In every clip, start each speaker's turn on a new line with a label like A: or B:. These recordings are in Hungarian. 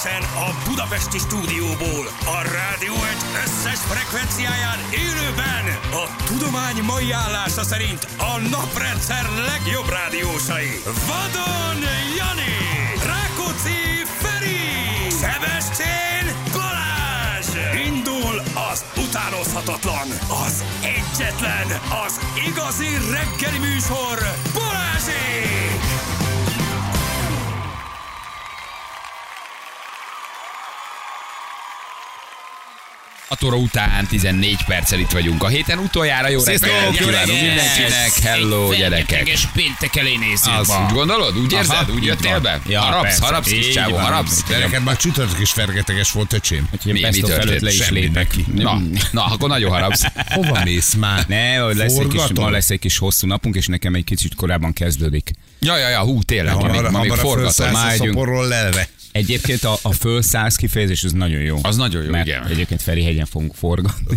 A: Egyenesen a budapesti stúdióból, a rádió egy összes frekvenciáján élőben a tudomány mai állása szerint a naprendszer legjobb rádiósai. Vadon Jani, Rákóczi Feri, Sebestyén Balázs. Indul az utánozhatatlan, az egyetlen, az igazi reggeli műsor, Balázsék!
B: 6 óra után 14 perccel itt vagyunk. A héten utoljára jó reggelt kívánunk mindenkinek. Hello, gyerekek.
C: És péntek elé nézzünk.
B: Úgy gondolod? Úgy érzed?
C: Aha,
B: úgy jöttél be?
C: Ja,
B: harapsz kis csávó, harapsz?
D: De neked már csütörtök is fergeteges volt, öcsém.
C: Mi történt?
B: Le is
C: lépek.
B: Na, akkor nagyon harapsz.
D: Hova mész már?
C: Ne, lesz egy kis hosszú napunk, és nekem egy kicsit korábban kezdődik.
B: Ja, hú, tényleg.
D: Ma még forgatom. Már a szoporról lelve.
C: Egyébként a fölszállsz kifejezés, az nagyon jó.
B: Az nagyon jó,
C: mert
B: igen.
C: Egyébként Ferihegyen fogunk forgatni.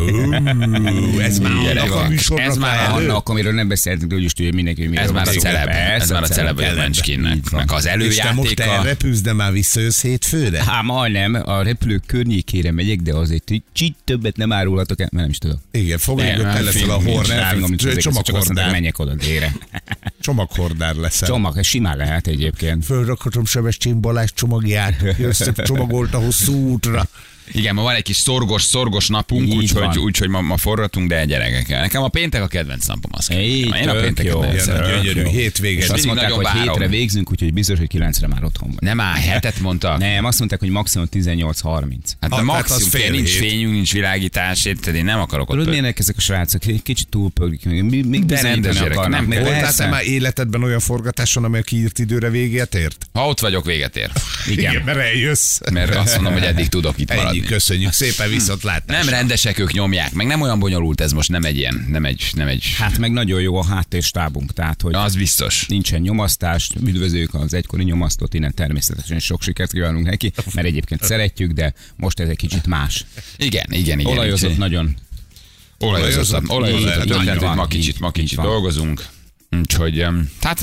D: Ez már annak a műsornak
C: ez már annak, amiről nem beszéltünk, úgyis tudja mindenki, hogy
B: ez már a celeb. Ez már a celeb a Mencskinnek. Meg az
D: És te most
B: előjátéka.
D: repülsz, de már visszajössz hétfőre?
C: Hát majdnem, a repülők környékére megyek, de azért így többet nem árulhatok el, mert nem is tudom.
D: Igen, fogjuk, hogy te leszel a hordár, csomaghordár.
C: Menjek oda délre.
D: Csomaghordár leszel.
C: Csomag, simán lehet egyébként.
D: Fölrakhatom Sebestyén Balázs csomagját. Jössz, csomagolt a hosszú útra.
B: Igen, ma van egy kis szorgos napunk, úgyhogy ma forgatunk, de gyerekekkel. Nekem a péntek a kedvenc napom az.
C: Én a
B: pénteket
C: jó.
B: nagyon szeretem.
D: Gyönyörű hétvége.
C: És azt mondták, hogy hétre végzünk, úgyhogy biztos, hogy 9-re már otthon van.
B: Nem áll, hetet mondta.
C: Nem, azt mondták, hogy maximum 18:30.
B: Hát a maximum,
D: fél
B: nincs
D: hét.
B: fényünk, nincs világítás, tehát én nem akarok
C: Tudod,
B: ott.
C: milyenek ezek a srácok? Egy kicsit túlpörgik. Még
B: De rendes gyerek, nem kell.
D: Voltál
C: Persze.
D: te már életedben olyan forgatáson, amely a kiírt időre véget ért?
B: Ha ott vagyok, véget ér.
C: Igen.
D: Mert eljössz.
B: Mert azt mondom, hogy eddig tudok itt
D: Ennyi,
B: maradni.
D: köszönjük szépen, viszontlátásra.
B: Nem rendesek, ők nyomják, meg nem olyan bonyolult ez most, nem egy.
C: Hát meg nagyon jó a háttérstábunk, tehát hogy
B: Az biztos.
C: nincsen nyomasztás, üdvözöljük az egykori nyomasztót, innen természetesen sok sikert kívánunk neki, mert egyébként szeretjük, de most ez egy kicsit más.
B: Igen.
C: Olajozott nagyon.
B: Olajozott,
C: Így van,
B: ma
C: így
B: kicsit
C: van.
B: dolgozunk. Úgyhogy, hát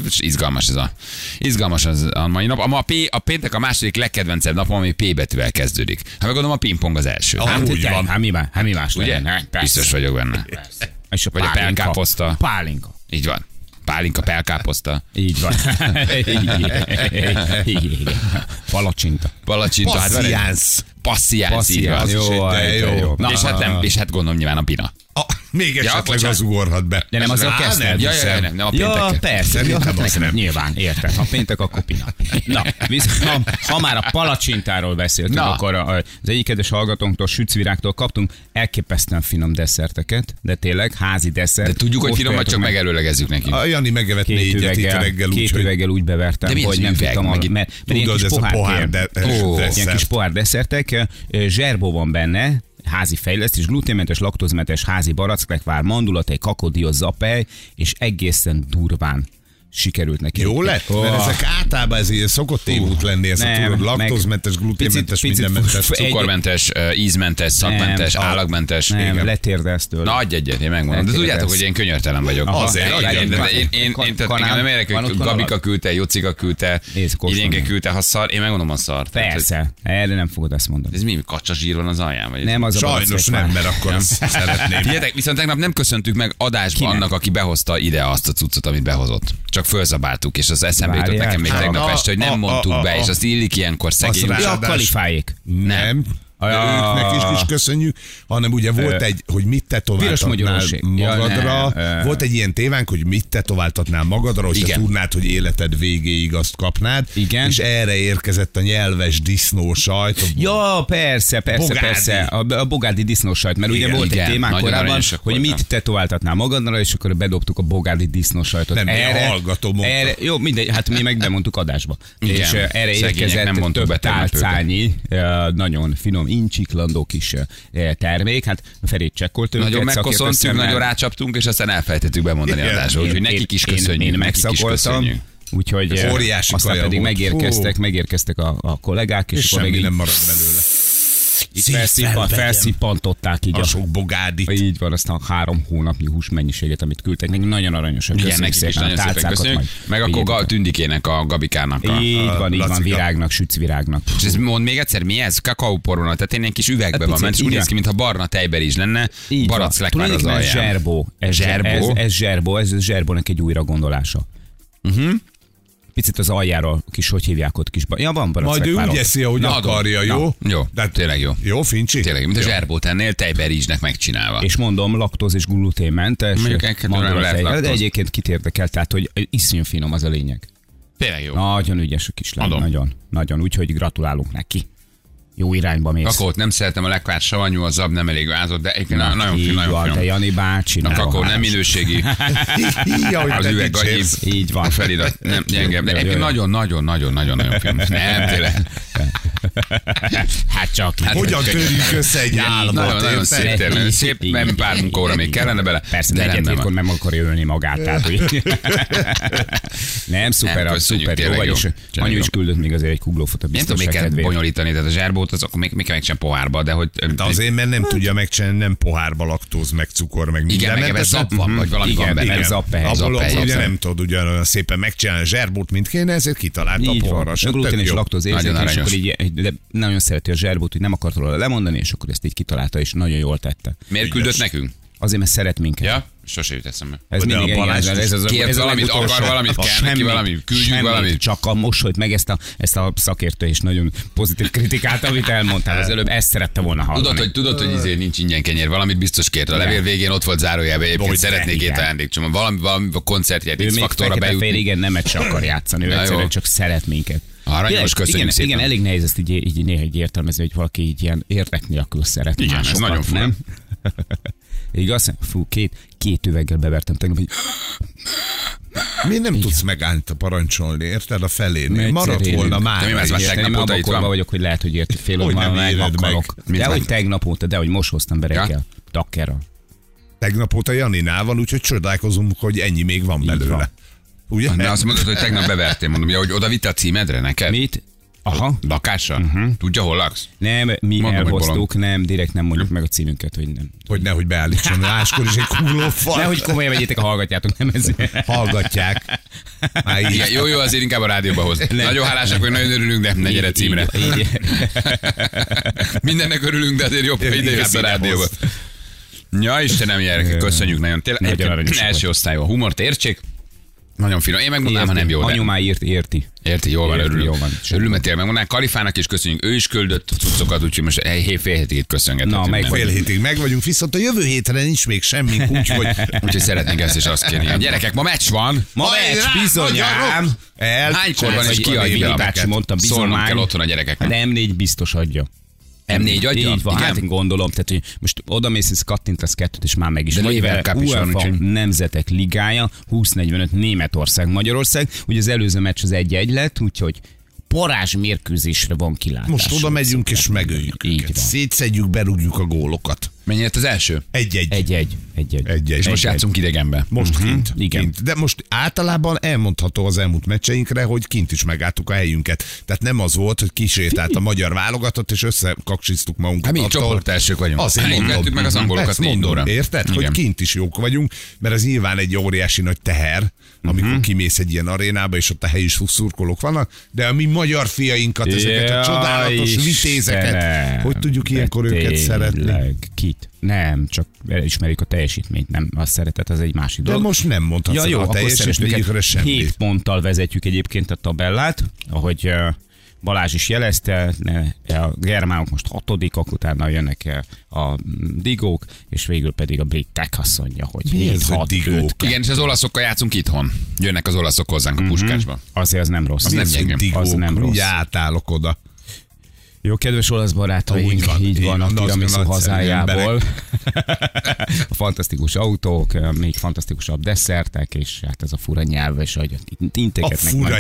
B: izgalmas az a mai nap. A péntek a második legkedvencebb napom, ami P betűvel kezdődik. Hát meg gondolom a pingpong az első.
D: Hát úgy van.
C: Hát mi más
B: Ugye?
C: lenne? Persze.
B: Biztos vagyok benne.
C: És
B: Vagy a pelkáposzta.
C: Pálinka.
B: Így van. Pálinka, pelkáposzta.
C: Így van. Palacsinta.
B: Palacsinta. Passziánsz. Így van.
D: Jó.
B: És hát gondolom nyilván a pina.
D: Még esetleg
B: bocsánat.
D: az ugorhat be.
C: De nem azzal kezdted?
B: Nem a
C: Ja,
B: pénteket.
C: persze.
D: Szerintem az nem.
C: Nyilván, érted. Ha péntek, akkor pina. Na, ha már a palacsintáról beszéltünk, akkor az egyik kedves hallgatónktól, Sützvirágtól kaptunk elképesztően finom desszerteket, de tényleg házi desszert.
B: De tudjuk, hogy
C: Most
B: finom, vagy csak
C: vértek
B: megelőlegezzük neki.
D: A Jani megevett négyet itt reggel úgy,
C: két
D: hogy
C: üveggel úgy bevertem,
B: De mi
C: hogy
B: az
C: nem
B: üveg?
C: tudtam,
B: Meg
C: mert ilyen
D: tudod,
C: kis
D: ez a pohár
C: ilyen kis
D: desszert.
C: pohár desszertek, zserbó van benne, házi fejlesztés, gluténmentes, laktózmentes házi baracklekvár, mandulatej, kakodióz, zapej, és egészen durván sikerült neki.
D: Jó lett? Mert ezek általában ez ilyen szokott tévút lenni, ez a
C: nem,
D: tudod, laktózmentes, gluténmentes, mindenmentes.
B: Cukormentes, ízmentes, szakmentes, állagmentes.
C: Nem, letérdelsz tőle.
B: Na, adj egyet, én megmondom. De tudjátok, hogy én könyörtelen vagyok.
D: Azért,
B: Én nem érek, hogy Gabika küldte, Jocika küldte, Idénke küldte, ha szar, én megmondom, a szar.
C: Persze, erre nem fogod ezt mondani.
B: Ez mi, kacsazsír van az alján? Vagy
C: Nem, az a
D: Sajnos nem, mert akkor szeretném.
B: Figyeljetek, viszont tegnap nem köszöntük meg adásban annak, aki behozta ide azt a cuccot, amit behozott. Csak fölzabáltuk, és az eszembe jutott nekem még tegnap este, hogy nem mondtuk be, és azt illik ilyenkor szegény.
D: Azt
C: Ja, a
D: Ráadás-
C: kalifájék.
D: Nem. De őknek is köszönjük, hanem ugye volt egy, hogy mit tetováltatnál
C: magyaroség.
D: magadra.
C: Ja, nem.
D: Volt egy ilyen tévánk, hogy mit tetováltatnál magadra, hogy te
B: Igen.
D: tudnád, hogy életed végéig azt kapnád.
C: Igen.
D: És erre érkezett a nyelves disznó sajt.
C: Ja, persze.
D: Bogádi.
C: A bogádi disznósajt, mert ugye
B: Igen,
C: volt egy
B: igen,
C: témánk
B: nagyon
C: korábban,
B: aranyosak
C: hogy
B: voltak.
C: mit tetováltatnál magadra, és akkor bedobtuk a bogádi disznósajtot.
D: Nem, a hallgató mondta.
C: Jó, mindegy, hát mi meg bemondtuk adásba.
B: Igen,
C: És erre
B: szegények,
C: érkezett
B: nem mondtuk be
C: több
B: tegnap
C: tálcányi, nagyon finom, incsiklandó kis termék. Hát Ferit csekkolt őket.
B: Nagyon megkoszoltunk,
C: szakértőszemmel.
B: nagyon rácsaptunk, és aztán elfelejtettük bemondani
D: Igen.
B: adásba, úgyhogy nekik is köszönjük.
C: Én
B: nekik is
C: megszakoltam.
B: köszönjük.
C: Úgyhogy
D: Ez óriási
C: aztán
D: kaja
C: pedig
D: volt.
C: megérkeztek a kollégák,
D: És
C: akkor
D: semmi
C: még
D: nem maradt belőle.
C: Itt felszippantották így
D: a sok bogádit.
C: Így van, azt a 3 hónapnyi húsmennyiséget, amit küldtek. Nekünk nagyon aranyosak.
B: Igen, nekik is nagyon szépen köszönjük. Meg akkor Tündikének, a Gabikának.
C: Így van, Virágnak, Sützvirágnak.
B: És ez mond még egyszer, mi ez? Kakaóporban, tehát egy kis üvegben van, mert úgy néz ki, mintha barna tejber is lenne. Barack már az alján.
C: Ez zserbónak egy újra gondolása. Picit az aljára kis, hogy hívják ott kis... Ja, van barack.
D: Majd ő úgy eszi, ahogy akarja, jó?
B: Jó, tényleg jó.
D: Jó, Fincsi?
B: Tényleg, mint a zserbót ennél tejberizsnek megcsinálva.
C: És mondom, laktóz és gluténmentes. De egyébként kit érdekel, tehát hogy iszonyú finom az a lényeg.
B: Tényleg jó.
C: Nagyon ügyes a kislány, nagyon. Úgyhogy gratulálunk neki. Jó irányba mész.
B: Kakót nem szeretem, a lekvárt savanyú, a zab nem elég vázott, de egyébként nagyon finom.
C: De Jani bácsi.
B: A kakó nem minőségi. Az üveg gagyi.
C: Így van.
B: A felirat nem gyenge. De egyébként nagyon finom. Nem, tényleg.
C: Hát csak.
D: Hogyan törjük össze egy álmot?
B: Nagyon szép, nem pár munkaóra még kellene bele.
C: Persze, de egyébként meg akarja ölni magát. Nem, szuper jó vagy. És anyu is küldött még azért egy kuglófot a biztonság kedvéért.
B: Nem tudom, még kell bonyolítani, tehát a zserbót, az akkor még megcsinálni pohárba, de hogy...
D: De azért, mert nem tudja megcsinálni, nem pohárba laktóz, meg cukor, meg minden.
B: Igen, meg zapp van, vagy valami van benne.
D: Abból ugye nem tudod ugyanolyan szépen megcsinálni a zserbót, mint kéne, ezért kitalálta a poharra.
C: A glutén és laktóz érzékeny, és akkor így, de nagyon szereti a zserbót, hogy nem akart róla lemondani, és akkor ezt így kitalálta, és nagyon jól tette.
B: Miért küldött nekünk?
C: Azért, mert szeret minket.
B: Ja? Sose jut eszembe.
C: Ez mindig
B: kért valamit, akar valamit, kell neki valamit, küldjük valamit.
C: Csak a mosolyt, meg ezt a szakértő és nagyon pozitív kritikát, amit elmondtál az előbb, ezt szerette volna hallani.
B: Tudod, hogy izé nincs ingyen kenyér, valamit biztos kért. A levél végén ott volt zárójelben, egyébként szeretnék két ajándékcsomag. Valami koncertjét, X-faktorra bejutni.
C: Igen, nemet se akar játszani, ő egyszerűen csak szeret minket.
B: Aranyos, köszönjük szépen.
C: Igen, elég nehéz ezt így néha értelmezni, hogy valaki így ilyen érdek nélkül szeret.
B: Igen, ez nagyon fura.
C: Nem? Igaz? Fú, két üveggel bevertem tegnap, hogy...
D: Mi nem tudsz megállni parancsolni, érted? A felénél. Maradt volna már.
C: Én abban korban vagyok, hogy lehet, hogy érti fél óra meghalok. De hogy tegnap óta, de hogy most hoztam be reggel. Takkerral.
D: Tegnap óta Janinál van, úgyhogy csodálkozunk, hogy ennyi még van belőle. Ugye?
B: De azt mondod, hogy tegnap bevertél, mondom, hogy oda vitte a címedre neked?
C: Mit? Aha.
B: Lakással? Tudja, hol laksz?
C: Nem, mi mondom, elhoztuk, nem, direkt nem mondjuk meg a címünket, hogy nem.
D: Hogy nehogy beállítson máskor is egy kuglófal.
C: Nehogy komolyan vegyétek, hallgatjátok, nem ez.
D: Hallgatják.
B: Igen, jó, azért inkább a rádióba hoz. Nagyon hálásak vagy, nagyon örülünk, de ne gyere címre. Mindennek örülünk, de azért jobb, hogy ide jössz a rádióba. Ja, Istenem, gyerekek, köszönjük nagyon. Tényleg, első osztályú a humort, értsék. Nagyon finom. Én megmondám, ha nem jó.
C: Anyu már érti.
B: Érti, jól van, örülünk. Örülünk, mert tényleg megmondám. Kalifának is köszönjük. Ő is küldött cuccokat, úgyhogy most fél hétig itt köszöngethetünk.
D: Fél hétig meg vagyunk, viszont a jövő hétre nincs még semmink, úgyhogy
B: szeretnénk ezt is azt kérni. Gyerekek, ma meccs van.
C: Ma meccs, bizonyám.
B: Hánykor van és ki adja?
C: Bácsi mondta,
B: szólnunk kell otthon a gyerekeknek.
C: De M4 biztos adja.
B: M4 adja?
C: Így van, hát én gondolom, tehát hogy most odamész, és kattintasz kettőt, és már meg is.
B: De
C: UEFA Nemzetek Ligája, 2045 Németország, Magyarország. Ugye az előző meccs az 1-1 lett, úgyhogy parázs mérkőzésre van kilátás.
D: Most oda megyünk és megöljük őket. Szétszedjük, berúgjuk a gólokat.
B: Mennyi lett az első?
D: 1-1.
B: És most játszunk idegenbe.
D: Most kint. Kint. De most általában elmondható az elmúlt meccseinkre, hogy kint is megálltuk a helyünket. Tehát nem az volt, hogy kisétált a magyar válogatott, és összekaksiztuk magunkat.
B: Hát mi csoport elsők vagyunk.
D: Azért
B: vettük meg az angolokat 4 óra.
D: Érted? Igen. Hogy kint is jók vagyunk, mert ez nyilván egy óriási nagy teher, amikor kimész egy ilyen arénába, és ott a helyi szurkolók vannak, de a mi magyar fiainkat, ezeket a csodálatos vitézeket, hogy tudjuk ilyenkor őket szeretni.
C: Kit? Nem, csak elismerjük a teljesítményt, nem a szeretet, az egy másik dolog.
D: De most nem mondhatsz a teljesítményükre semmit.
C: 7 ponttal vezetjük egyébként a tabellát, ahogy Balázs is jelezte, a germánok most 6-ok, utána jönnek a digók, és végül pedig a britek azt mondja, hogy 7-6-5.
B: Igen, és az olaszokkal játszunk itthon. Jönnek az olaszok hozzánk a Puskásba.
C: Azért az nem rossz.
D: Az nem rossz. Átállok oda.
C: Jó, kedves olasz barátaink, így van a tiramisu hazájából. A fantasztikus autók, még fantasztikusabb desszertek, és hát ez a fura nyelv, és hogy inteket
D: a fura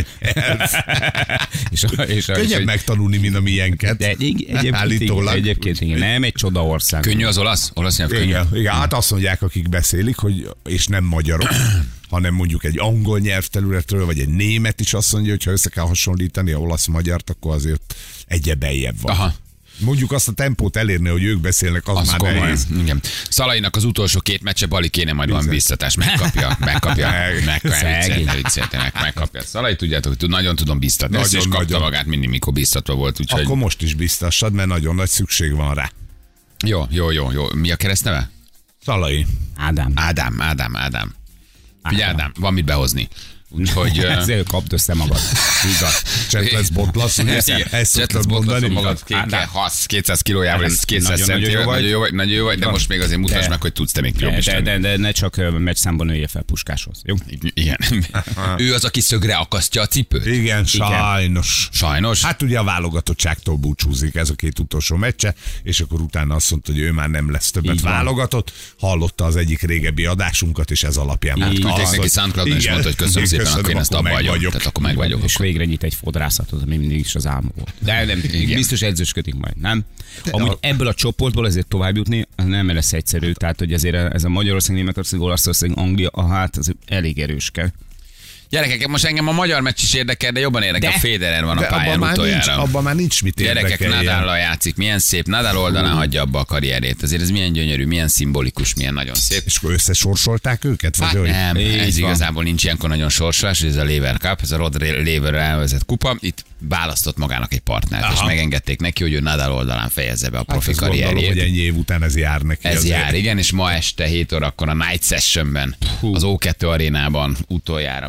D: nyelv. Könnyebb megtanulni, mint a milyenket.
C: De egyébként igen, nem egy csoda ország.
B: Könnyű az olasz? Olasz nyelv könnyű?
D: Igen, hát azt mondják, akik beszélik, hogy, és nem magyarok, hanem mondjuk egy angol nyelvterületről, vagy egy német is azt mondja, hogy ha össze kell hasonlítani a olasz-magyart, akkor azért egyre beljebb van.
B: Aha.
D: Mondjuk azt a tempót elérni, hogy ők beszélnek, az már nehéz.
B: Igen. Szalainak az utolsó 2 meccse, Bali kéne majd van biztatás. Megkapja. Szalai, tudjátok, hogy nagyon tudom biztatni. Nagyon, és kapta magát mindig, mikor biztatva volt. Úgyhogy...
D: Akkor most is biztassad, mert nagyon nagy szükség van rá.
B: Jó. Mi a keresztneve?
D: Szalai.
B: Ádám. Figyelj, Ádám, van mit behozni. Úgyhogy...
C: Ezért kapd össze magad.
D: Igaz. Csetlesz botlasz, ezt szoktad mondani.
B: Magad 200 kilójával, és 200 centével. Nagyon jó vagy, de most még azért mutasd meg, hogy tudsz te még jobb is.
C: De ne csak meccsszámban nője fel Puskáshoz. Jó?
B: Igen. Ő az, aki szögre akasztja a cipőt?
D: Igen, sajnos.
B: Sajnos?
D: Hát ugye a válogatottságtól búcsúzik ez a 2 utolsó meccse, és akkor utána azt mondta, hogy ő már nem lesz többet válogatott. Hallotta az egyik régebbi adásunkat, és ez alapján
B: küldték neki SoundCloudon, és mondta, hogy köszönöm szépen, akkor én ezt abba hagyom. Tehát akkor meg vagyok.
C: És végre nyit egy fodrászatot, ami mindig is az álma volt. De nem, biztos edzősködik majd, nem? Amúgy ebből a csoportból ezért tovább jutni nem lesz egyszerű. Tehát, hogy azért ez a Magyarország, Németország, Olaszország, Anglia, hát az elég erős kell.
B: Gyerekek, most engem a magyar meccs is érdekel, de jobban érdekel. A Federer van a pályán utoljára.
D: Abban már nincs mit érdekeljen.
B: Gyerekek, Nadállal játszik, milyen szép. Nadal oldalán hagyja abba a karrierét. Azért ez milyen gyönyörű, milyen szimbolikus, milyen nagyon szép.
D: És akkor összesorsolták őket? Vagy hogy?
B: Nem, ez igazából nincs ilyenkor nagyon sorsolás, ez a Lever Cup, ez a Rod Laverre elvezett kupa. Itt választott magának egy partnert, és megengedték neki, hogy ő Nadal oldalán fejezze be a profi karrierjét.
D: Gondolom, hogy ennyi év után ez jár neki.
B: Ez jár, igen, és ma este 7 órakor a Night Sessionben, az O2 arénában utoljára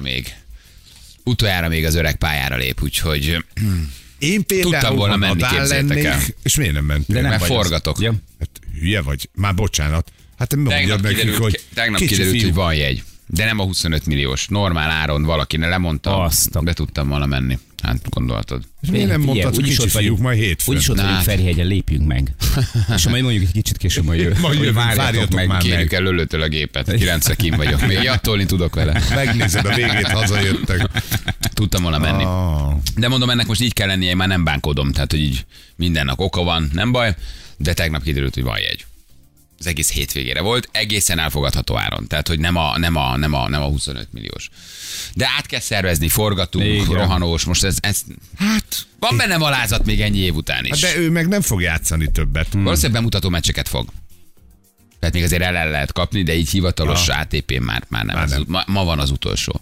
B: még az öreg pályára lép, úgyhogy
D: én például
B: tudtam volna menni, képzeljétek el.
D: És miért nem mentél?
B: Mert forgatok.
C: Ja.
D: Hát hülye vagy. Már bocsánat. Hát mondjad nekik, hogy
B: tegnap kiderült, hogy van jegy. De nem a 25 milliós. Normál áron valaki ne lemondta, be tudtam volna menni. Hát gondoltad.
D: És miért nem mondtad, hogy kicsi fiúk majd hétfőn?
C: Úgyis ott vagyunk Ferihegyen, lépjünk meg. És majd mondjuk egy kicsit később majd
B: várjatok meg. Kérjük el Lölőtől a gépet. 9-re kín vagyok. Még jattolni tudok vele.
D: Megnézed a végét, hazajöttek.
B: Tudtam volna menni. De mondom, ennek most így kell lennie, én már nem bánkódom. Tehát, hogy így mindennek oka van, nem baj. De tegnap kiderült, hogy van jegy. Az egész hétvégére volt, egészen elfogadható áron. Tehát, hogy nem a 25 milliós. De át kell szervezni, forgatunk, igen. Rohanós, most ez hát van benne alázat még ennyi év után is.
D: De ő meg nem fog játszani többet.
B: Valószínűleg bemutató meccseket fog. Tehát még azért el lehet kapni, de így hivatalos ATP-n már nem. Ma van az utolsó.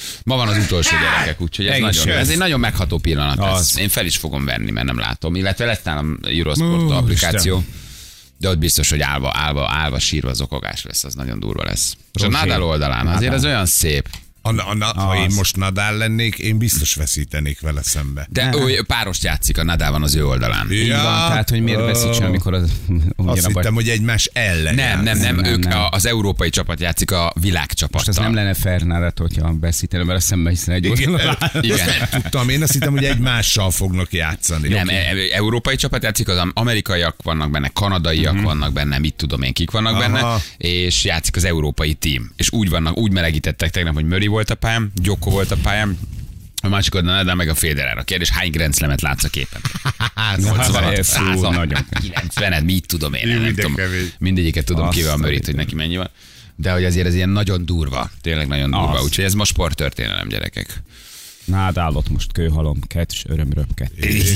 B: Gyerekek, úgyhogy ez egy nagyon megható pillanat. Én fel is fogom venni, mert nem látom. Illetve lesz nálam Eurosport applikáció. De ott biztos, hogy állva sírva zokogás lesz, az nagyon durva lesz. És a Nadal oldalán azért ez olyan szép.
D: Ha én most Nadal lennék, én biztos veszítenék vele szembe.
B: De ő párost játszik, a Nadal van az ő oldalán.
C: Ja, így van, tehát hogy miért veszítsen, amikor az...
D: Azt hittem, hogy egymás ellen.
B: Nem, ők az európai csapat játszik a világcsapattal.
C: Most az nem lenne fair Nadal, hogyha veszítene vele szembe, hiszen egy oldalán.
D: Igen. Tudtam, én azt hittem, hogy egymással fognak játszani.
B: Nem, európai csapat játszik, az amerikaiak vannak benne, kanadaiak vannak benne, mit tudom én, kik vannak benne, és játszik az európai tím. És úgy melegítettek tegnap, hogy Murray volt a pályán, Djoko volt a pályán, a másik oldalon Nadal meg a Federer. A kérdés, hány Grand Slamet látsz a képen? 80-at, 100-at, 90-et, mit tudom én, nem tudom. Mindegyiket tudom, kivel a Murrayt, hogy neki mennyi van. De hogy azért ez ilyen nagyon durva, tényleg nagyon durva. Úgyhogy ez ma sporttörténelem, gyerekek.
C: Nádálott most kőhalom, kettős örömröpke.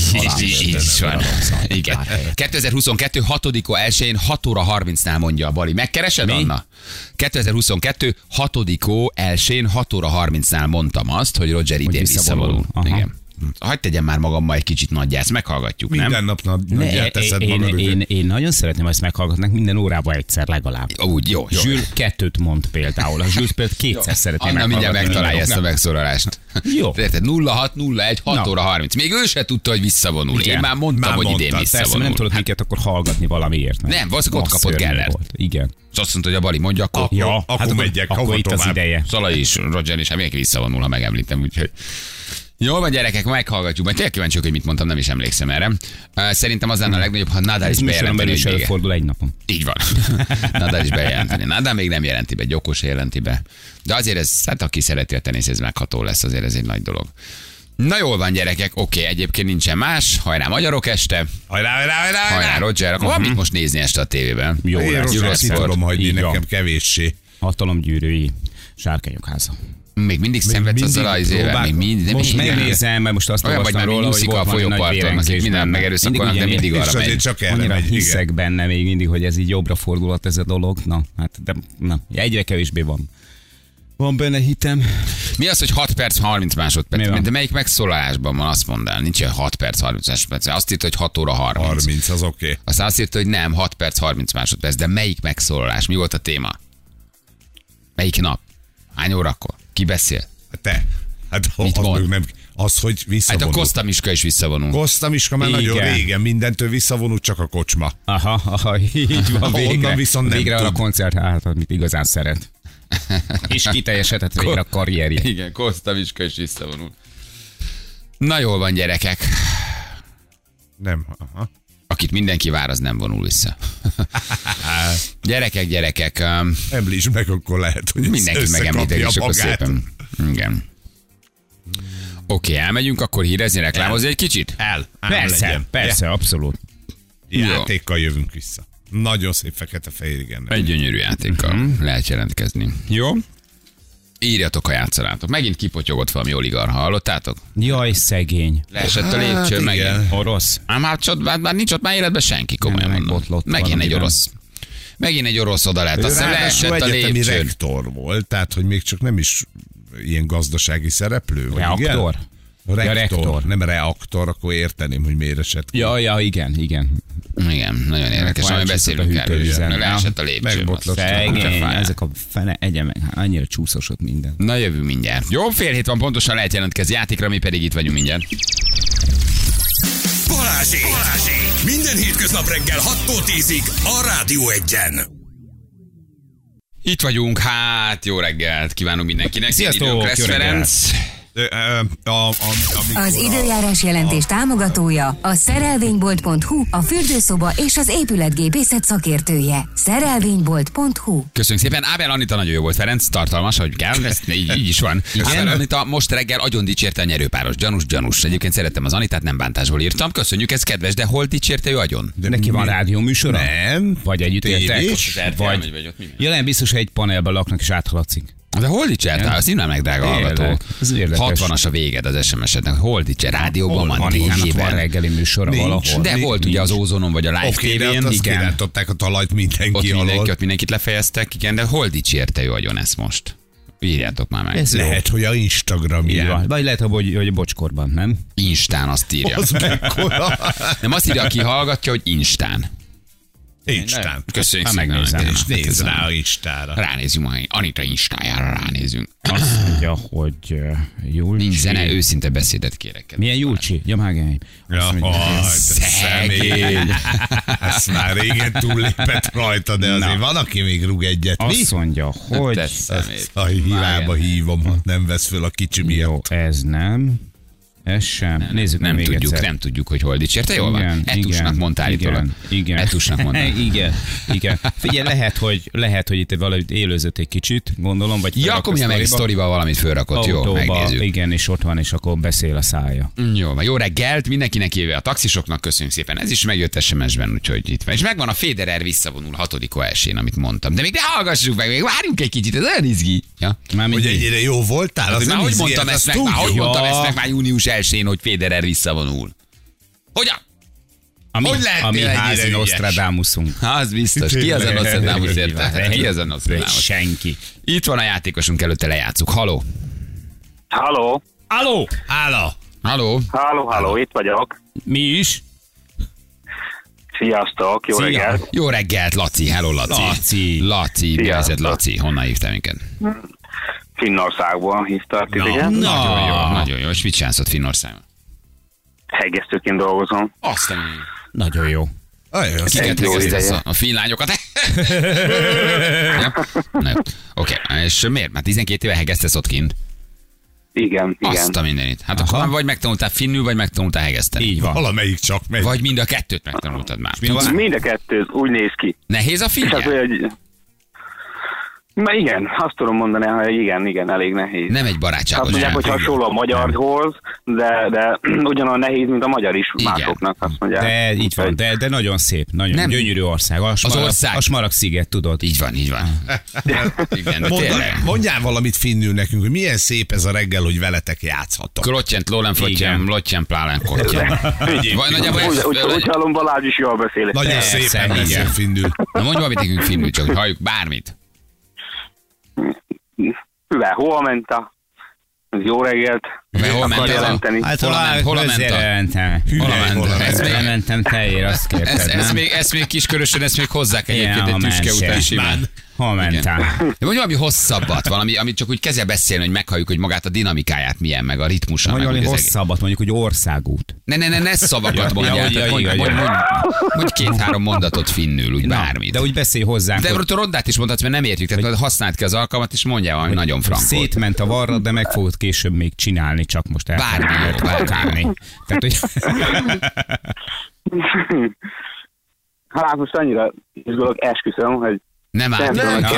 B: Így van. Igen. 2022. 6-ó 1-én 6 óra 30-nál mondja a Bali. Megkeresed, Anna? 2022. 6-ó 1-én 6 óra 30-nál mondtam azt, hogy Roger idén visszavonul. Igen. Hagyj tegyem már magammal egy kicsit nagyjász, meghallgatjuk, nem?
D: Minden nap nagyját teszed magad.
C: Én nagyon szeretném, hogy ezt meghallgatnak minden órában egyszer legalább.
B: Úgy, jó.
C: Zsül 2-t mond például. A Zsül például 2-szer szeretném
B: Anna mindjárt megtalálja ezt a megszólalást.
C: Jó.
B: 0601 6 óra 30. Még ő se tudta, hogy visszavonul. Én már mondtam, hogy idén visszavonul.
C: Persze, nem tudod minket akkor hallgatni valamiért.
B: Nem, valószínűleg ott kapott Gellert.
C: Igen.
B: És azt mondta, hogy a Bali mondja, akkor
D: akkor megyek,
C: akkor itt az ideje.
B: Szalai is, Roger is, hát mindenki visszavonul, ha megemlítem, úgyhogy. Jól van, gyerekek, meghallgatjuk. Majd tényleg kíváncsiak, hogy mit mondtam, nem is emlékszem erre. Szerintem az lenne a legnagyobb, ha Nadal is bejelenteni, hogy vége.
C: Fordul egy napon.
B: Így van. Nadal is bejelenteni. Nadal még nem jelenti be, Djoko se jelenti be. De azért ez, hát aki szereti a tenisz, ez megható lesz, azért ez egy nagy dolog. Na jól van, gyerekek, oké, egyébként nincsen más. Hajrá magyarok este. Hajrá Roger. Akkor van mit most nézni este a tévében?
D: Jó, én Roger, ki tudom hagyni, nekem kevéssé.
C: Hatalomgyűrűi, Sárkányok háza.
B: Még mindig szenvedsz azzal az izével.
C: Most megnézem, mert most azt olvastam róla, hogy volt valami nagy vérengzés.
B: Minden megerőszakolnak, de mindig arra megy.
C: Annyira hiszek benne még mindig, hogy ez így jobbra fordulhat ez a dolog. Na, hát de egyre kevésbé van. Van benne hitem.
B: Mi az, hogy 6 perc 30 másodperc? De melyik megszólalásban van, azt mondd el? Nincs ilyen 6 perc 30 másodperc. Azt írta, hogy 6 óra 30.
D: 30, az oké.
B: Aztán azt írta, hogy nem, 6 perc 30 másodperc. De melyik megszólalás? Mi volt a téma? Melyik nap? Hány órakor? Ki beszél?
D: Te. Hát
B: mit mond?
D: Nem, az, hogy visszavonult.
B: Hát a Koszta Miska is visszavonul.
D: Koszta Miska már nagyon régen mindentől visszavonult, csak a kocsma.
C: Aha, így van végre.
D: Onnan viszont nem
C: végre
D: tud.
C: a koncert, hát, amit igazán szeret. És kiteljesedett végre a karrierje.
B: Igen, Koszta Miska is visszavonul. Na jól van, gyerekek.
D: Nem, aha.
B: Akit mindenki vár, az nem vonul vissza. Gyerekek.
D: Említsd meg, akkor lehet, hogy
B: mindenki megemlítek, és akkor szépen. Igen. Oké, elmegyünk akkor hírezni, reklámozni egy kicsit?
C: Persze, abszolút.
D: Játékkal jövünk vissza. Nagyon szép fekete-fehér, igen.
B: Egy gyönyörű játékkal lehet jelentkezni. Jó? Írjatok, ha játszanátok. Megint kipotyogott valami oligarha, hallottátok?
C: Jaj, szegény.
B: Leesett a lépcső, megint.
C: Orosz.
B: Már nincs ott már életben senki, komolyan mondom. Megint egy orosz. Megint egy orosz oda lett. Aztán leesett a
D: egyetemi
B: lépcsőn.
D: rektor volt, tehát hogy még csak nem is ilyen gazdasági szereplő.
C: Reaktor?
D: Rektor, nem reaktor, akkor érteném, hogy miért esett ki.
C: Ja, igen.
B: Igen, nagyon érdekes, ami beszélünk erről. Leesett a lépcsőn.
D: Megbotlott.
C: Szegény, ezek a fene egyemek, annyira csúszosott minden.
B: Na jövő mindjárt. Jó, fél hét van, pontosan lehet jelentkezni játékra, mi pedig itt vagyunk mindjárt.
A: Balázsék! Minden hétköznap reggel 6-tól 10-ig a Rádió 1-en.
B: Itt vagyunk, hát jó reggelt kívánunk mindenkinek.
C: Sziasztok,
B: Kressz Ferenc.
E: Az időjárás jelentés támogatója a szerelvénybolt.hu, a fürdőszoba és az épületgépészet szakértője. Szerelvénybolt.hu.
B: Köszönjük szépen. Ábel Anita nagyon jó volt, Ferenc, tartalmas, ahogy kell, ez így is van. Ábel Anita most reggel agyon dicsérte a nyerőpáros. Gyanús. Egyébként szerettem az Anitát, nem bántásból írtam. Köszönjük, ez kedves, de hol dicsérte ő agyon?
C: De neki van rádió műsora?
D: Nem.
C: Vagy együtt éltek?
B: Vagy
C: Ja, nem, biztos, hogy egy panelben laknak és áthaladszik.
B: De hol dicsérte? Az innen meg, drága hallgató.
C: Ez érdekes.
B: 60-as a véged az SMS-ednek. Hol dicsér? Rádióban van,
C: Van
B: tévében.
C: reggeli műsora valahol.
B: De volt ugye az Ózonon, vagy a Live
D: Oké, de
B: TV-n.
D: azt kirántották a talajt mindenki alól.
B: Ott mindenkit lefejeztek, igen, de hol dicsérte ő agyon ezt most? Írjátok már meg.
C: Ez
D: Lehet, hogy a Instagramján.
C: Vagy lehet, hogy a bocskorban, nem?
B: Instán azt írja.
D: Az mekkora.
B: Nem azt írja, aki hallgatja, hogy Instán.
D: Instán.
B: Köszönjük
C: Hát
B: szépen.
C: megnézem.
D: És nézd rá a Instára.
B: Ránézünk majd. Anita Instájára ránézünk.
C: Azt mondja, hogy Julcsi.
B: Nincs zene, őszinte beszédet kérek.
C: Milyen Julcsi? Jamágány.
D: Személy. Ezt már régen túllépett rajta, de azért van, aki még rúg egyet.
C: Azt mondja, hogy...
B: Te szemét.
D: A hiába hívom, ha nem vesz föl a kicsi
C: Jó,
D: miatt.
C: ez nem. Ez sem. Nézzük meg még egyszer.
B: Nem tudjuk, hogy hol dicsérte. Jól van. Etusnak mondta állítólag.
C: Igen.
B: Etusnak mondta.
C: Igen. Figyelj, lehet, hogy itt valahogy élőzött egy kicsit, gondolom, vagy
B: Ja, akkor meg egy sztorival valamit fölrakott. Jó, megnézzük.
C: Igen, és ott van, és akkor beszél a szája.
B: Jó, jó reggelt, mindenkinek éve a taxisoknak köszönjük szépen. Ez is megjött SMS-ben, úgyhogy itt van. És megvan a Federer visszavonul 6. esén, amit mondtam. De még ne hallgassuk meg, még várjunk egy kicsit, ez olyan izgi. Ja?
D: Hogy ennyire jó voltál?
B: Hát,
D: Az
B: már
D: nem
B: hogy
D: izgi,
B: mondtam
D: ez
B: ezt meg?
D: tudjuk.
B: Már hogy mondtam ezt meg már június 1-én, hogy Federer visszavonul? Hogyan? Hogy lehetnél
C: A mi
B: ennyire
C: házi
B: ügyes?
C: Nostradamusunk.
B: Az biztos. Ki az a Nostradamus érte? Ki az a Nostradamus?
C: Senki.
B: Itt van a játékosunk, előtte lejátszuk. Haló.
F: Halló?
C: Halló!
B: Halló.
F: Halló, itt vagyok.
C: Mi is?
F: Sziasztok, jó
C: Szia.
F: reggelt.
B: Jó reggelt, Laci. Hello, Laci. Laci, mi
F: Sziasztok.
B: helyzet, Laci? Honnan hívtál minket?
F: Finnországból hívtak titeket.
B: Nagyon jó, nagyon jó. És mit csinálsz ott Finnországban?
F: Hegesztőként dolgozom.
B: Azt a...
C: Nagyon jó.
D: Ajaj, az
B: Kiket
F: jó
B: hegesztesz
F: ideje.
B: a finn lányokat? Ja? Oké, és miért? Már 12 éve hegesztesz ott kint?
F: Igen.
B: Azt a mindenit. Hát akkor már vagy megtanultál finnül, vagy megtanultál hegeszteni.
C: Így van.
D: valamelyik csak megy.
B: Vagy mind a kettőt megtanultad már.
F: Mind a kettő úgy néz ki.
B: Nehéz a
F: És az,
B: finnyel?
F: hogy Na igen, azt tudom mondani, hogy igen, elég nehéz.
B: Nem egy barátságos.
F: Azt mondják, hogy hasonló a magyarhoz, de ugyanolyan nehéz, mint a magyar is
B: Igen.
F: másoknak. Azt mondják.
C: De így van, de nagyon szép, nagyon
B: Nem.
C: gyönyörű ország.
B: ország.
C: A Smaragd-sziget, tudod.
B: Így van. Igen, de tényleg.
D: Mondjál valamit finnül nekünk, hogy milyen szép ez a reggel, hogy veletek játszhatok.
B: Klottyent, lólem,
C: Igen.
B: lottyent, plálen, kottyen. Vagy nagyjából
F: Úgy hallom, Balázs is jól beszél.
D: Nagyon
C: Persze,
D: szépen
C: igen.
D: beszél finnül.
B: Na mondj valamit nekünk finnül, csak hogy halljuk bármit.
F: Hyvää huomenta. Jó reggelt.
B: Hol
F: Akar
B: ment
F: jelenteni.
B: Hol a menta?
C: Elmentem fejér, azt kérted, nem?
B: Ezt még kiskörösen, ezt még hozzá kell
C: Igen,
B: egyébként
C: a
B: egy tüske
C: mense.
B: után simán.
C: Hol mentál?
B: De mondj valami hosszabbat, valami, amit csak úgy kezdje beszélni, hogy meghalljuk, hogy magát a dinamikáját milyen, meg a ritmusa.
C: Mondj
B: meg
C: valami
B: úgy az egész.
C: hosszabbat, mondjuk, hogy országút.
B: Ne szavakat mondjál,
C: ja,
B: tehát mondj 2-3 mondatot finnül, úgy bármit.
C: De úgy beszélj hozzánk,
B: De
C: hogy
B: a rondát is mondhatsz, mert nem értjük, tehát használd ki az alkalmat, és mondjál valami nagyon frankot.
C: szétment a varra, de meg fogod később még csinálni, csak most el
B: Bármi
C: kell
B: jó,
C: kárni. Tehát, hogy
F: Hát most annyira izgulok, esküszöm, hogy
B: Nem áll.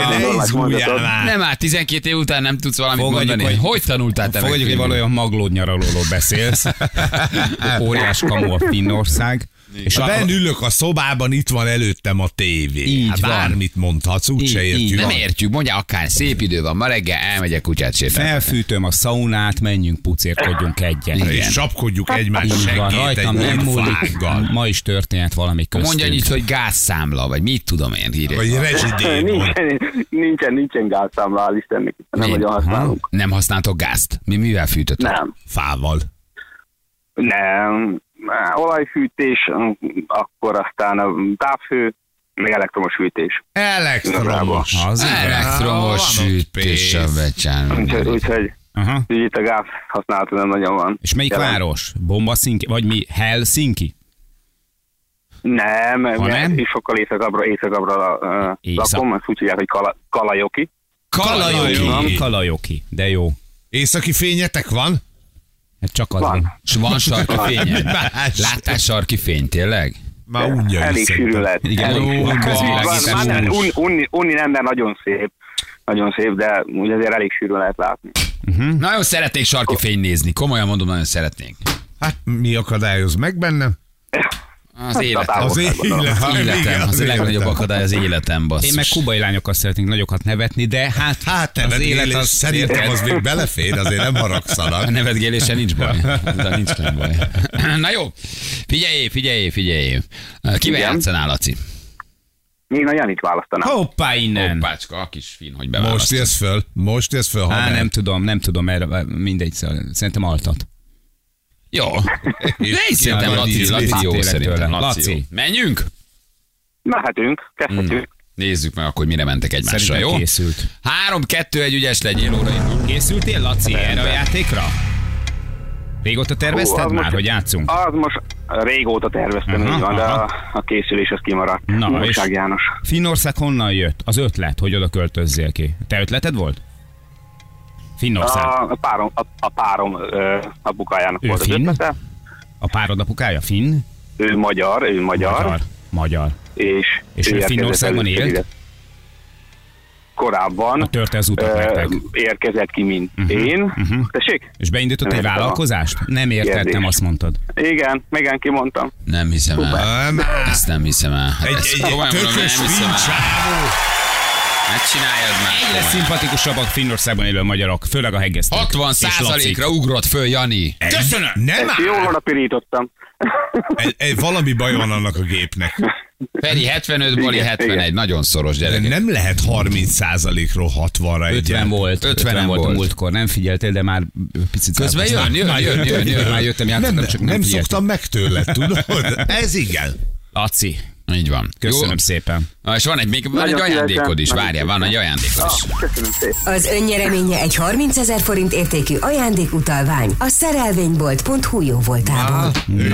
B: Nem áll, 12 év után nem tudsz valamit
C: Fogadjuk,
B: mondani.
C: hogy-
B: Hogy tanultál te meg
C: fogadjuk, hogy
B: finnül?
C: valójában maglód nyaralóról beszélsz. Óriás kamu a Finnország. És
D: Ben ülök a szobában, itt van előttem a tévé.
C: Így
D: Hát
C: van.
D: bármit mondhatsz, úgyse
C: Így,
D: értjük.
B: Nem értjük, mondja akár szép idő van, ma reggel elmegyek kutyát sétálni.
C: felfűtöm a szaunát, menjünk pucérkodjunk egyet.
D: És sapkodjuk egymás
C: Így van,
D: seggét
C: rajtam
D: egy
C: nem múlik.
D: fággal.
C: Ma is történt valami köztünk.
B: Mondja annyit, hogy gázszámla, vagy mit tudom én, írja.
D: Vagy rezsidémon.
F: nincsen gázszámla, hál' Istennek, nem
B: Mi?
F: nagyon használunk.
B: Nem használtok gázt? Mivel fűtötök?
F: Nem.
D: Fával.
F: Nem. Olajfűtés, akkor aztán a távhő, meg elektromos fűtés.
D: Elektromos.
C: Az
B: Elektromos
D: Van ott
B: fűtés a
D: pénz.
B: becsán.
F: Úgyhogy
C: Aha.
F: itt a gáz használata nem nagyon van.
C: És melyik
F: Jelen.
C: város? Bombaszinki? Vagy mi? Helsinki?
F: Nem,
C: Ha nem?
F: és sokkal északabbra lakom, ezt úgy hívják, hogy Kalajoki.
C: Kalajoki. De jó.
D: Északi fényetek van?
C: Hát csak az
F: Van.
C: van.
B: És van sarki fényed?
D: Más.
B: Láttál sarki fény, tényleg?
D: Már unja
F: Elég
D: is
F: sűrű lehet.
C: Igen,
F: Elég
C: ó,
F: sűrű.
C: a közvilágítás
F: Van, nem,
C: úr.
F: unni nem, de nagyon szép. Nagyon szép, de úgy azért elég sűrű lehet látni.
B: Nagyon szeretnék sarki fény nézni, komolyan mondom, nagyon szeretnék.
D: Hát mi akadályoz meg bennem?
B: Az életem.
D: Az
F: Távolságban
B: Életem, az a legnagyobb akadály az életem, basszus.
C: Én meg kubai lányokkal szeretnénk nagyokat nevetni, de hát
D: Hát élet az szerintem az még belefér, azért nem
B: A
D: haragszanak.
B: nevetgéléssel nincs baj. De nincs nagy baj. Na jó, figyelj. Kivel
F: Igen.
B: játszanál, Laci?
F: Én a Janit választanám.
C: hoppá innen.
B: Hoppácska, a kis fin, hogy
D: Most
B: beválaszt.
D: jössz föl, ha
C: Á,
D: nem.
C: nem tudom, mert mindegy, szóval szerintem altat.
B: Jó. De én szerintem
D: Ja,
B: Laci jó
C: tényleg
B: szerintem.
C: tőle.
B: Laci. Jó.
C: Laci.
B: Menjünk?
F: Mehetünk, kezdhetünk.
B: Nézzük meg akkor, mire mentek egymásra,
C: Szerintem
B: jó?
C: készült.
B: 3-2-1 ügyes legyél, óra indul.
C: Készültél, Laci, erre a játékra? Régóta tervezted
F: az
C: már,
F: most-
C: hogy játszunk?
F: Az most régóta terveztem,
C: Aha,
F: így van, de
C: aha.
F: a készülés az kimaradt.
C: Na,
F: Igazság
C: és-
F: János.
C: Finnország honnan jött? Az ötlet, hogy oda költözzél ki. Te ötleted volt? Finnország.
F: A párom apukájának
C: Ő
F: volt az
C: finn?
F: ötlete.
C: A párod apukája finn?
F: Ő magyar,
C: Magyar.
F: és
C: És
F: ő
C: ő
F: érkezett
C: Finnországban
F: először
C: élt?
F: ide. Korábban
C: Törte az utat nektek.
F: érkezett ki, mint én. Tessék?
C: És beindított egy
F: Nem értem
C: vállalkozást? Nem értettem,
F: kérdést.
C: azt mondtad.
F: Igen, kimondtam.
B: Nem hiszem el.
D: Nem,
B: Ezt nem hiszem el. Hát ezt
D: egy
B: komolyan mondom,
D: tökös
B: nem hiszem el.
D: fincsávó.
B: Ne csináljad már.
C: Egyre
B: komolyan.
C: szimpatikusabbak Finnországban élő magyarok, főleg a hegesztők.
B: 60%-ra ugrott föl, Jani.
C: Köszönöm!
D: Nem
F: Ezt jól oda pirítottam.
D: valami baj van annak a gépnek.
B: Feri 75, Bali
F: Igen,
B: 71.
F: igen.
B: Nagyon szoros
D: De
B: gyerek.
D: nem lehet 30%-ról 60-ra
C: 50 volt, 50 volt a
B: volt.
C: múltkor, nem figyeltél, de már picit
B: Közben jön.
C: Már jöttem, játszottam,
D: Nem,
C: csak
D: nem
C: figyeltem.
D: szoktam meg tőled, tudod? Ez igen.
C: Laci,
B: Így van.
C: köszönöm
B: Jó?
C: szépen.
B: És van egy
F: Nagyon
B: ajándékod is,
F: szívesen.
B: várjál, van egy ajándékod is.
F: Köszönöm szépen.
E: Az önnyereménye egy 30 000 forint értékű ajándékutalvány a szerelvénybolt.hu jóvoltából.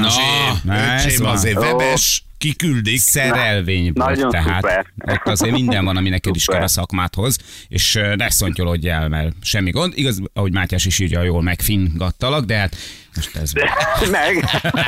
C: ez
D: Öcsém
C: van.
D: azért webes, kiküldik.
C: Szerelvény volt,
F: Nagyon
C: tehát
F: szuper.
C: ott azért minden van, ami neked is
F: Szuper.
C: kell a szakmádhoz, és ne szontyolodj el, mert semmi gond. Igaz, ahogy Mátyás is írja, jól megfingattalak, de hát most ez van.
F: Meg.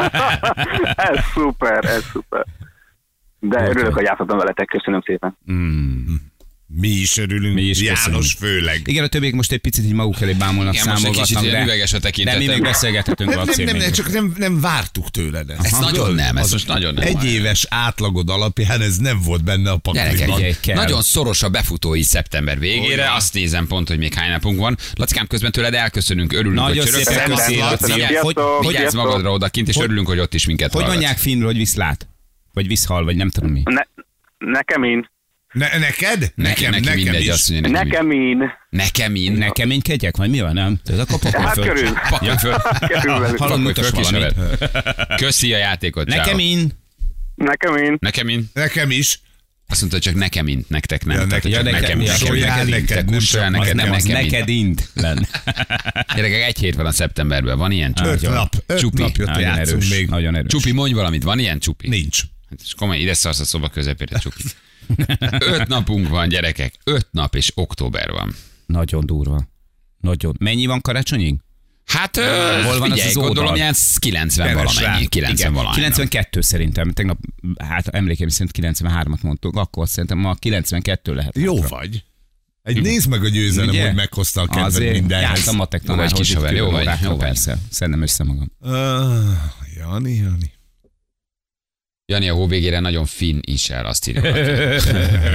F: Ez szuper. De örülök, hogy játszottam veletek. Köszönöm szépen.
D: Mi is örülünk,
C: Mi is
D: János
C: köszönjük.
D: főleg.
C: Igen, a többiek most egy picit így maguk elé bámulnak,
B: Igen, most egy kicsit
C: számolgatnak,
B: ilyen
C: de,
B: üveges a
C: de mi
B: tekintetem.
C: még beszélgethetünk Laci.
D: Csak nem vártuk tőled ezt.
B: Ez nagyon nem, ez most nagyon nem.
D: Egy éves átlagod alapján ez nem volt benne a
B: Gyerekek,
D: pakliban.
C: kell.
B: nagyon szoros a befutói szeptember végére,
D: Olyan.
B: azt nézem pont, hogy még hány napunk van. Lacikám, közben tőled elköszönünk, örülünk,
C: Nagyon
B: hogy
C: szépen
B: csörögsz.
C: köszi, Laci.
B: Vigyázz magadra odakint, és örülünk, hogy ott is minket
C: Hogy
B: hallgatsz.
C: mondják finnről, hogy viszlát? Vagy viszhal, vagy nem tudom mi.
F: Nekem én.
D: Neked?
B: Neki mindegy,
D: is.
B: azt mondja,
F: Nekem én.
B: Nekem én.
C: Ne keménykedjek, vagy mi van, nem? Ez akkor pakolj
F: Hát
C: föl.
F: körül.
B: Pakolj föl.
F: Körülbelül.
C: Hallom, mutas
B: Pakolj föl
C: valamit.
B: kisevet. Köszi a játékot,
C: Nekem
B: ciao.
C: én.
F: Nekem én.
B: Nekem én.
D: Nekem is.
B: Azt mondta, hogy csak nekem int, nektek nem.
D: Ja,
B: Tehát,
D: neked-
B: csak nekem,
C: ja,
D: Soljál neked,
B: te
D: nem
B: kussoljál
D: csak
B: neked,
C: Nem,
B: nem
C: az
B: nekem
C: neked
B: int.
C: int lenne.
B: Gyerekek, egy hét van a szeptemberben, van ilyen csupi?
D: 5 nap
B: Csupi.
D: jött
C: Nagyon
D: játszunk
C: erős,
D: még.
C: nagyon erős.
B: Csupi, mondj valamit, van ilyen csupi?
D: Nincs.
B: És komoly, ide szarsz a szoba közepére, csupi. 5 napunk van, gyerekek. 5 nap és október van.
C: Nagyon durva. Nagyon. Mennyi van karácsonyig?
B: Hát,
C: Hol van
B: figyelj,
C: az az
B: gondolom
C: oldal?
B: ilyen 90
D: Keres rá.
B: valamennyi. 90 valamennyi.
C: 92 szerintem. Tegnap, hát emlékeim szerint 93-at mondtuk, akkor szerintem ma 92 lehet.
D: Jó
C: hátra.
D: vagy. Nézd meg a győzelem,
C: Ugye?
D: hogy meghozta a kedved
C: Azért
D: mindenhez.
C: jártam matek
B: Jó vagy,
C: tanárhoz.
B: kis haver, jó vagy, jó vagy.
C: Persze, szednem össze magam.
D: Jani.
B: Jani a hó végére nagyon finn is el, azt írja valaki.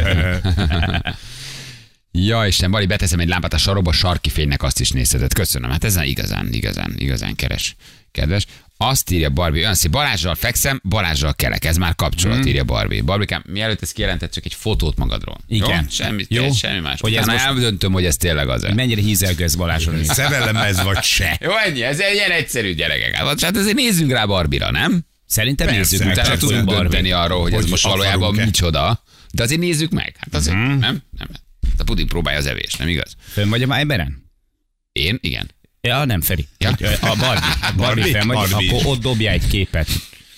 B: Ja, Isten, Bali, beteszem egy lámpát a sarokba, sarki fénynek azt is nézheted. Köszönöm, hát ez igazán keres. Kedves. Azt írja Barbie, olyan szép, Balázsral fekszem, Balázsral kelek, ez már kapcsolat, írja Barbie. Barbikám, mielőtt ezt kijelentett, csak egy fotót magadról.
C: Igen.
B: Jó? Semmi más.
C: Hogy ez
B: Utána
C: most-
B: eldöntöm, hogy ez tényleg az.
C: Mennyire hízelgőz Balázson.
D: Szerelemez vagy se.
B: Jó, ennyi, ez ilyen egyszerű, gyerekek. Hát azért nézzünk rá Barbira, nem?
C: Szerintem
D: Persze,
C: nézzük meg.
B: Utána
C: csak
B: tudunk
C: Barbie.
B: dönteni arról, hogy ez
D: Hogy
B: most valójában
D: akarunk-e.
B: micsoda. De azért nézzük meg. Hát azért, nem? A puding próbálja az evést, nem igaz?
C: Fönn vagy a Viberen?
B: Én? Igen.
C: Ja, nem Feri.
B: Ja.
C: A Barbie fenn vagy,
D: Barbie.
C: akkor ott dobja egy képet.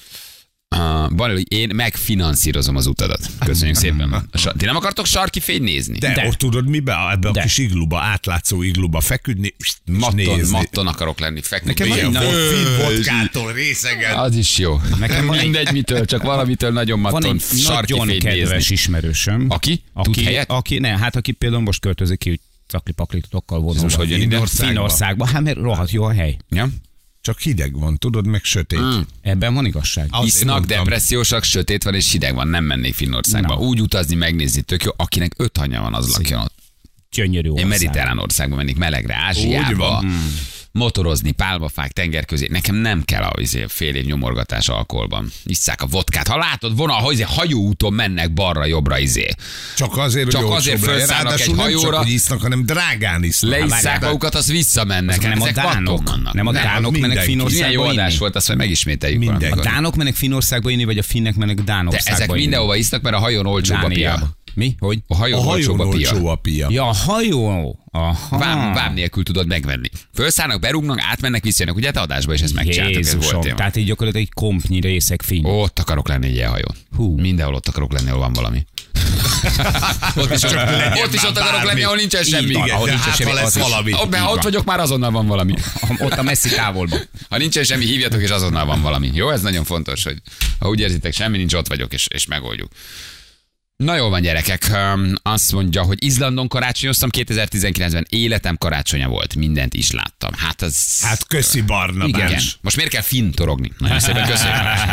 B: Bali, én megfinanszírozom az utadat. Köszönjük szépen. Ti nem akartok sarki fényt nézni?
D: De ott tudod mibe? Ebbe a
C: De.
D: kis igluba, átlátszó igluba feküdni, és nézni.
B: Matton akarok lenni, feküdni.
C: Nekem van
D: Ilyen
C: egy nagy-
D: finn vodkától részegen.
B: Az is jó.
C: Nekem van egy-
B: Mindegy mitől, csak valamitől nagyon
C: Van
B: matton
C: egy
B: sarki
C: nagyon
B: fényt
C: kedves
B: nézni.
C: ismerősöm.
B: Aki? Tud helyet?
C: Aki például most költözik ki, hogy cakli-paklitokkal vonul.
B: most hogy jön ide?
C: Finnországba. Hát mert rohadt jó a hely.
B: Ja?
D: Csak hideg van, tudod, meg sötét.
C: Ebben van igazság.
D: Azért
B: Isznak,
D: mondtam.
B: depressziósak, sötét van és hideg van, nem mennék Finnországba.
C: Na.
B: Úgy utazni, megnézni, tök jó. Akinek 5 anyja van, az lakjon ott.
C: Gyönyörű
B: Én
C: ország.
B: mediterrán országba mennék, melegre,
D: Úgy
B: Ázsiába,
D: van.
B: motorozni, pálmafák, tenger közé. Nekem nem kell a fél év nyomorgatás alkoholban. Isszák a vodkát. Ha látod, vonal, hogy hajóúton mennek balra-jobbra
D: Csak azért,
B: Csak
D: hogy
B: azért
D: olcsóbb legyen.
B: felszállnak
D: Ráadásul
B: egy
D: nem csak,
B: hajóra.
D: hogy isznak, hanem drágán isznak.
B: leisszák magukat, az visszamennek.
C: Azok nem a
B: Ezek
C: dánok.
B: vatton vannak.
C: Nem a dánok mennek
D: mindenki.
B: Milyen jó
C: Finnországba
B: adás
C: inni.
B: volt, azt majd megismételjük
D: Mindenki.
C: A
B: valamikor.
C: dánok mennek Finnországba inni, vagy a finnek mennek
B: De
C: Dánországba
B: ezek
C: inni?
B: mindenhova isznak, mert a hajón olcsóbb a
C: Dániába.
B: pia.
C: Mi? Hogy?
B: A hajón
D: A
B: olcsóbb
D: hajón
B: a pia.
D: olcsó a pia.
C: Ja, a hajó. Aha.
B: Vám nélkül tudod megvenni. Fölszállnak, berúgnak, átmennek, visszajönnek. Ugye te adásba is ezt megcsináltuk, ez volt
C: Jézusom,
B: téma.
C: tehát így gyakorlatilag egy kompnyi részek finn.
B: Ott akarok lenni egy ilyen hajón.
C: Hú.
B: Mindenhol ott akarok lenni, ahol van valami. ott is ott akarok
D: bármi.
B: lenni, ahol nincsen semmi.
C: van,
D: Igen,
C: ahol
D: de
C: nincsen
D: hát,
C: semmi,
D: ha lesz
C: az is.
D: valami.
B: Ha ott vagyok, már azonnal van valami.
C: Ott a messzi távolban.
B: Ha nincsen semmi, hívjatok, és azonnal van valami. Jó, ez nagyon fontos, hogy ha úgy érzitek, semmi nincs, ott vagyok, és megoldjuk. Na jól van, gyerekek. Azt mondja, hogy Izlandon karácsonyoztam 2019-ben, életem karácsonya volt, mindent is láttam. Hát az...
D: Hát köszi Barna
B: igen.
D: bács.
B: Most miért kell finn torogni? Nagyon szépen köszönöm.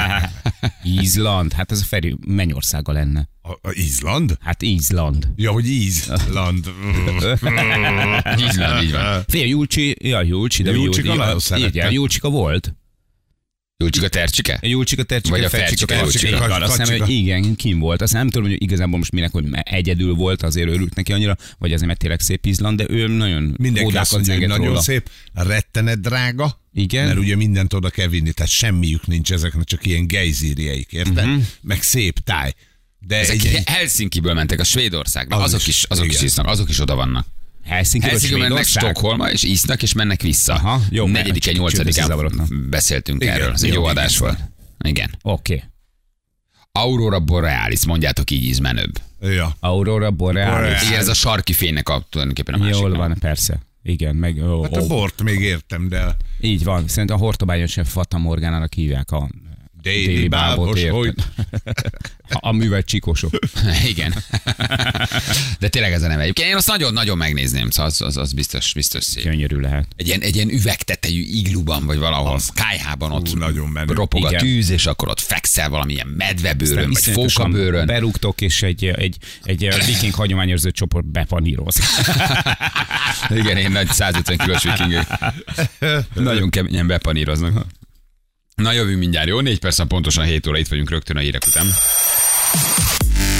C: Izland, hát ez a Feri Mennyországa lenne.
D: A Izland?
C: Hát Izland.
D: Ja, hogy Izland.
B: Izland, így van.
C: Fél Julcsi, de
D: Julcsika nagyon
C: Igen,
D: szerette.
C: Julcsika volt.
B: Julcsika Tercsike?
C: Julcsika, Tercsike,
B: Vagy a
C: Fercsika,
B: Fercsika,
C: Tercsika.
B: Julcsika.
C: Azt hiszem,
D: Kacsika.
C: hogy igen, kim volt. Azt nem tudom, hogy igazából most minek, hogy egyedül volt, azért örült neki annyira, vagy azért, mert tényleg szép Izland, de ő nagyon
D: Mindenki azt mondja, hogy
C: zenget
D: nagyon
C: róla.
D: szép, rettenet drága,
C: Igen.
D: mert ugye mindent oda kell vinni, tehát semmiük nincs ezeknek, csak ilyen gejzírjeik, érted? Meg szép táj. De
B: Ezek Helsinkiből mentek a Svédországra.
D: Az
B: Azok
D: is,
B: is
D: igen.
B: isznak, azok is oda vannak.
C: Helsinki vagy
B: Helsinkiből mennek
C: Svédország?
B: Stockholmba, és isznak, és mennek vissza.
C: Aha, jó,
B: 4-e,
C: kicsit
B: 8-án
C: összezavarodtam.
B: beszéltünk
D: Igen,
B: erről. Ez egy jó
D: jó,
B: adás
D: igen.
B: volt. Igen.
C: Oké.
B: Aurora Borealis, mondjátok így, íz menőbb.
D: Ja.
C: Aurora Borealis.
B: Igen, ez a sarki fénynek a tulajdonképpen a másik.
C: Jól van, persze. Igen, meg
D: Hát a bort még értem, de
C: így van. Szerintem a Hortobányon sem Fata Morgánának hívják a Déli bábot érted. A művelt csikosok.
B: Igen. De tényleg ez a neve. Én azt nagyon-nagyon megnézném, szóval az biztos szép.
C: Gyönyörű lehet.
B: Egy ilyen üvegtetejű igluban, vagy valahol kályhában ott
D: nagyon menő.
B: ropog a
C: Igen.
B: tűz, és akkor ott fekszel valamilyen medvebőrön, vagy fókabőrön.
C: Berúgtok, és egy viking hagyományőrző csoport bepaníroz.
B: Igen, én nagy 150 kilós vikingek. Nagyon keményen bepaníroznak. Na jövünk mindjárt, jó? 4 perc, pontosan 7 óra, itt vagyunk rögtön a hírek után.